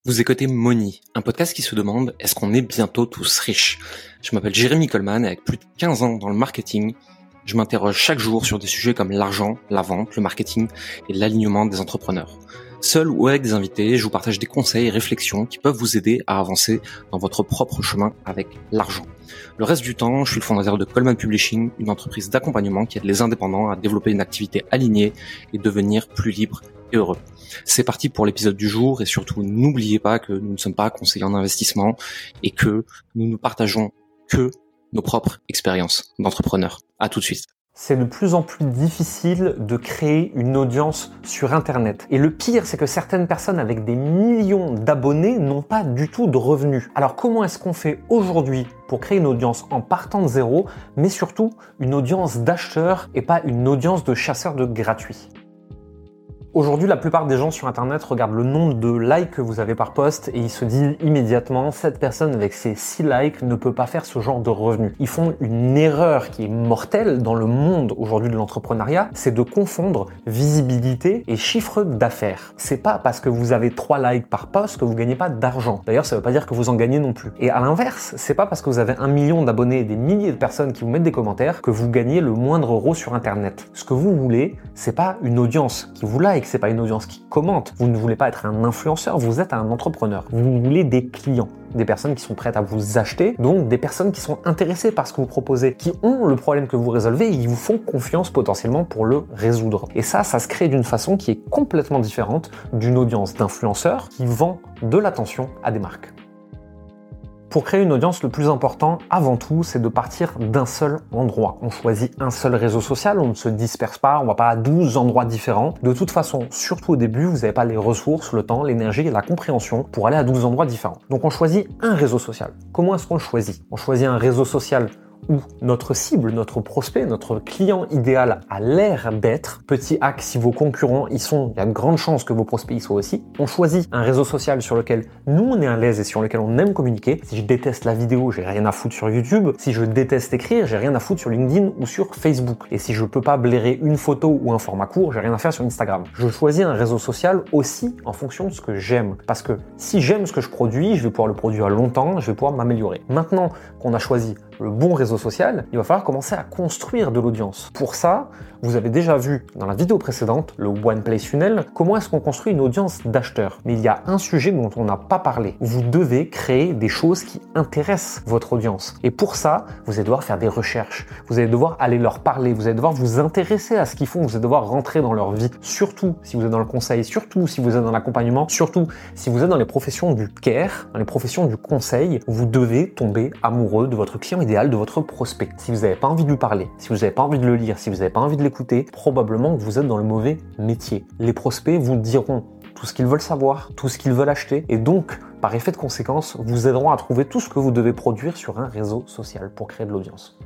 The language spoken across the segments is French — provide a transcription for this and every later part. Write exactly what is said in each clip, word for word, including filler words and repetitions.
Vous écoutez Money, un podcast qui se demande est-ce qu'on est bientôt tous riches? Je m'appelle Jérémy Coleman et avec plus de quinze ans dans le marketing, je m'interroge chaque jour sur des sujets comme l'argent, la vente, le marketing et l'alignement des entrepreneurs. Seul ou avec des invités, je vous partage des conseils et réflexions qui peuvent vous aider à avancer dans votre propre chemin avec l'argent. Le reste du temps, je suis le fondateur de Coleman Publishing, une entreprise d'accompagnement qui aide les indépendants à développer une activité alignée et devenir plus libre et heureux. C'est parti pour l'épisode du jour et surtout n'oubliez pas que nous ne sommes pas conseillers en investissement et que nous ne partageons que nos propres expériences d'entrepreneurs. À tout de suite. C'est de plus en plus difficile de créer une audience sur Internet. Et le pire, c'est que certaines personnes avec des millions d'abonnés n'ont pas du tout de revenus. Alors comment est-ce qu'on fait aujourd'hui pour créer une audience en partant de zéro, mais surtout une audience d'acheteurs et pas une audience de chasseurs de gratuits ? Aujourd'hui, la plupart des gens sur Internet regardent le nombre de likes que vous avez par post et ils se disent immédiatement « cette personne avec ses six likes ne peut pas faire ce genre de revenus ». Ils font une erreur qui est mortelle dans le monde aujourd'hui de l'entrepreneuriat, c'est de confondre visibilité et chiffre d'affaires. C'est pas parce que vous avez trois likes par post que vous gagnez pas d'argent. D'ailleurs, ça veut pas dire que vous en gagnez non plus. Et à l'inverse, c'est pas parce que vous avez un million d'abonnés et des milliers de personnes qui vous mettent des commentaires que vous gagnez le moindre euro sur Internet. Ce que vous voulez, c'est pas une audience qui vous like, c'est pas une audience qui commente. Vous ne voulez pas être un influenceur, vous êtes un entrepreneur. Vous voulez des clients, des personnes qui sont prêtes à vous acheter, donc des personnes qui sont intéressées par ce que vous proposez, qui ont le problème que vous résolvez et qui vous font confiance potentiellement pour le résoudre. Et ça, ça se crée d'une façon qui est complètement différente d'une audience d'influenceurs qui vend de l'attention à des marques. Pour créer une audience, le plus important, avant tout, c'est de partir d'un seul endroit. On choisit un seul réseau social, on ne se disperse pas, on va pas à douze endroits différents. De toute façon, surtout au début, vous n'avez pas les ressources, le temps, l'énergie et la compréhension pour aller à douze endroits différents. Donc on choisit un réseau social. Comment est-ce qu'on le choisit? On choisit un réseau social où notre cible, notre prospect, notre client idéal a l'air d'être. Petit hack, si vos concurrents y sont, il y a de grandes chances que vos prospects y soient aussi. On choisit un réseau social sur lequel nous on est à l'aise et sur lequel on aime communiquer. Si je déteste la vidéo, j'ai rien à foutre sur YouTube. Si je déteste écrire, j'ai rien à foutre sur LinkedIn ou sur Facebook. Et si je peux pas blairer une photo ou un format court, j'ai rien à faire sur Instagram. Je choisis un réseau social aussi en fonction de ce que j'aime. Parce que si j'aime ce que je produis, je vais pouvoir le produire longtemps, je vais pouvoir m'améliorer. Maintenant qu'on a choisi le bon réseau social, il va falloir commencer à construire de l'audience. Pour ça, vous avez déjà vu dans la vidéo précédente, le One Place Funnel, comment est-ce qu'on construit une audience d'acheteurs. Mais il y a un sujet dont on n'a pas parlé. Vous devez créer des choses qui intéressent votre audience. Et pour ça, vous allez devoir faire des recherches. Vous allez devoir aller leur parler. Vous allez devoir vous intéresser à ce qu'ils font. Vous allez devoir rentrer dans leur vie. Surtout si vous êtes dans le conseil, surtout si vous êtes dans l'accompagnement, surtout si vous êtes dans les professions du care, dans les professions du conseil, vous devez tomber amoureux de votre client idéal, de votre prospect. Si vous n'avez pas envie de lui parler, si vous n'avez pas envie de le lire, si vous n'avez pas envie de l'écouter, probablement que vous êtes dans le mauvais métier. Les prospects vous diront tout ce qu'ils veulent savoir, tout ce qu'ils veulent acheter, et donc, par effet de conséquence, vous aideront à trouver tout ce que vous devez produire sur un réseau social pour créer de l'audience.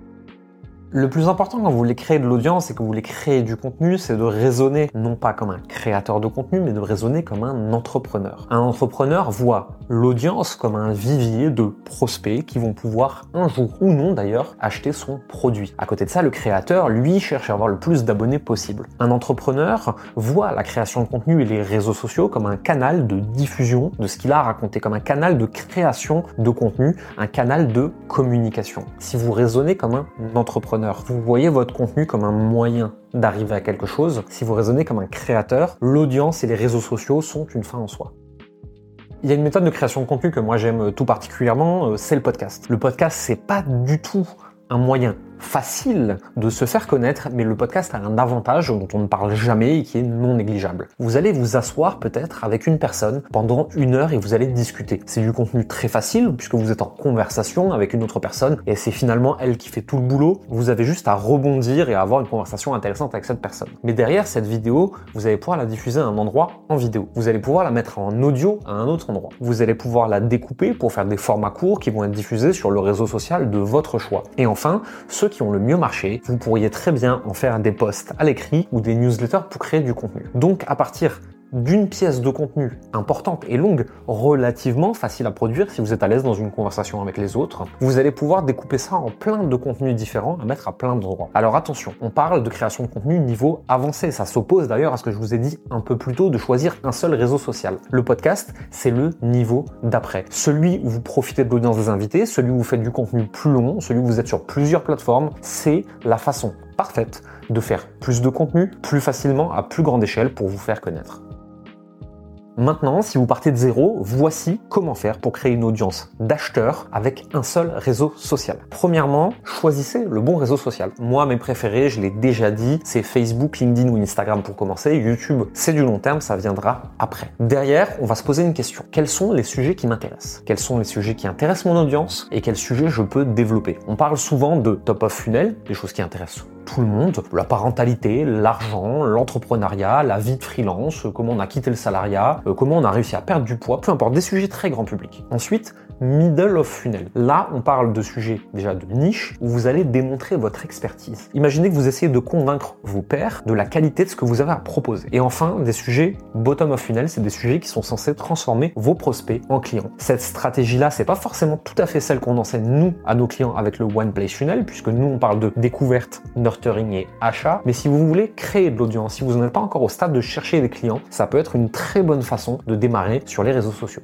Le plus important quand vous voulez créer de l'audience et que vous voulez créer du contenu, c'est de raisonner non pas comme un créateur de contenu, mais de raisonner comme un entrepreneur. Un entrepreneur voit l'audience comme un vivier de prospects qui vont pouvoir un jour ou non d'ailleurs acheter son produit. À côté de ça, le créateur, lui, cherche à avoir le plus d'abonnés possible. Un entrepreneur voit la création de contenu et les réseaux sociaux comme un canal de diffusion de ce qu'il a à raconter, comme un canal de création de contenu, un canal de communication. Si vous raisonnez comme un entrepreneur, vous voyez votre contenu comme un moyen d'arriver à quelque chose. Si vous raisonnez comme un créateur, l'audience et les réseaux sociaux sont une fin en soi. Il y a une méthode de création de contenu que moi j'aime tout particulièrement, c'est le podcast. Le podcast, c'est pas du tout un moyen facile de se faire connaître, mais le podcast a un avantage dont on ne parle jamais et qui est non négligeable. Vous allez vous asseoir peut-être avec une personne pendant une heure et vous allez discuter. C'est du contenu très facile puisque vous êtes en conversation avec une autre personne et c'est finalement elle qui fait tout le boulot. Vous avez juste à rebondir et à avoir une conversation intéressante avec cette personne. Mais derrière cette vidéo, vous allez pouvoir la diffuser à un endroit en vidéo. Vous allez pouvoir la mettre en audio à un autre endroit. Vous allez pouvoir la découper pour faire des formats courts qui vont être diffusés sur le réseau social de votre choix. Et enfin, ceux qui ont le mieux marché, vous pourriez très bien en faire des posts à l'écrit ou des newsletters pour créer du contenu. Donc à partir d'une pièce de contenu importante et longue, relativement facile à produire si vous êtes à l'aise dans une conversation avec les autres, vous allez pouvoir découper ça en plein de contenus différents à mettre à plein d'endroits. Alors attention, on parle de création de contenu niveau avancé. Ça s'oppose d'ailleurs à ce que je vous ai dit un peu plus tôt de choisir un seul réseau social. Le podcast, c'est le niveau d'après. Celui où vous profitez de l'audience des invités, celui où vous faites du contenu plus long, celui où vous êtes sur plusieurs plateformes, c'est la façon parfaite de faire plus de contenu plus facilement à plus grande échelle pour vous faire connaître. Maintenant, si vous partez de zéro, voici comment faire pour créer une audience d'acheteurs avec un seul réseau social. Premièrement, choisissez le bon réseau social. Moi, mes préférés, je l'ai déjà dit, c'est Facebook, LinkedIn ou Instagram pour commencer. YouTube, c'est du long terme, ça viendra après. Derrière, on va se poser une question. Quels sont les sujets qui m'intéressent? Quels sont les sujets qui intéressent mon audience et quels sujets je peux développer? On parle souvent de top of funnel, des choses qui intéressent tout le monde, la parentalité, l'argent, l'entrepreneuriat, la vie de freelance, comment on a quitté le salariat, euh, comment on a réussi à perdre du poids, peu importe, des sujets très grand public. Ensuite, middle of funnel. Là, on parle de sujets déjà de niche où vous allez démontrer votre expertise. Imaginez que vous essayez de convaincre vos pairs de la qualité de ce que vous avez à proposer. Et enfin, des sujets bottom of funnel, c'est des sujets qui sont censés transformer vos prospects en clients. Cette stratégie-là, c'est pas forcément tout à fait celle qu'on enseigne nous à nos clients avec le One Place Funnel, puisque nous on parle de découverte, nurturing et achat. Mais si vous voulez créer de l'audience, si vous n'êtes pas encore au stade de chercher des clients, ça peut être une très bonne façon de démarrer sur les réseaux sociaux.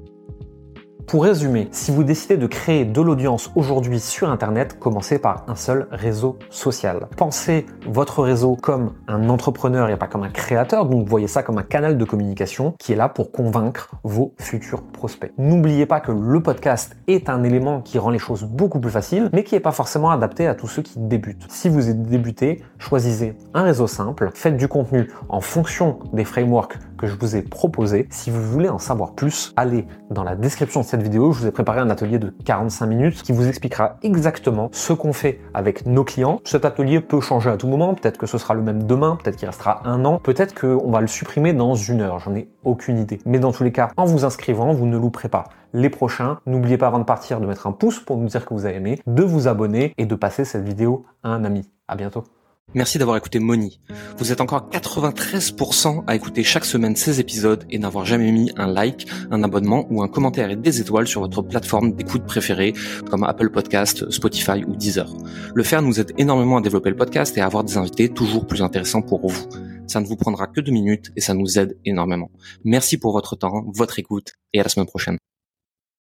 Pour résumer, si vous décidez de créer de l'audience aujourd'hui sur Internet, commencez par un seul réseau social. Pensez votre réseau comme un entrepreneur et pas comme un créateur, donc voyez ça comme un canal de communication qui est là pour convaincre vos futurs prospects. N'oubliez pas que le podcast est un élément qui rend les choses beaucoup plus faciles, mais qui n'est pas forcément adapté à tous ceux qui débutent. Si vous êtes débuté, choisissez un réseau simple, faites du contenu en fonction des frameworks que je vous ai proposés. Si vous voulez en savoir plus, allez dans la description de cette vidéo, je vous ai préparé un atelier de quarante-cinq minutes qui vous expliquera exactement ce qu'on fait avec nos clients. Cet atelier peut changer à tout moment, peut-être que ce sera le même demain, peut-être qu'il restera un an, peut-être qu'on va le supprimer dans une heure, j'en ai aucune idée. Mais dans tous les cas, en vous inscrivant, vous ne louperez pas les prochains. N'oubliez pas avant de partir de mettre un pouce pour nous dire que vous avez aimé, de vous abonner et de passer cette vidéo à un ami. À bientôt. Merci d'avoir écouté Money. Vous êtes encore quatre-vingt-treize pour cent à écouter chaque semaine ces épisodes et n'avoir jamais mis un like, un abonnement ou un commentaire et des étoiles sur votre plateforme d'écoute préférée comme Apple Podcast, Spotify ou Deezer. Le faire nous aide énormément à développer le podcast et à avoir des invités toujours plus intéressants pour vous. Ça ne vous prendra que deux minutes et ça nous aide énormément. Merci pour votre temps, votre écoute et à la semaine prochaine.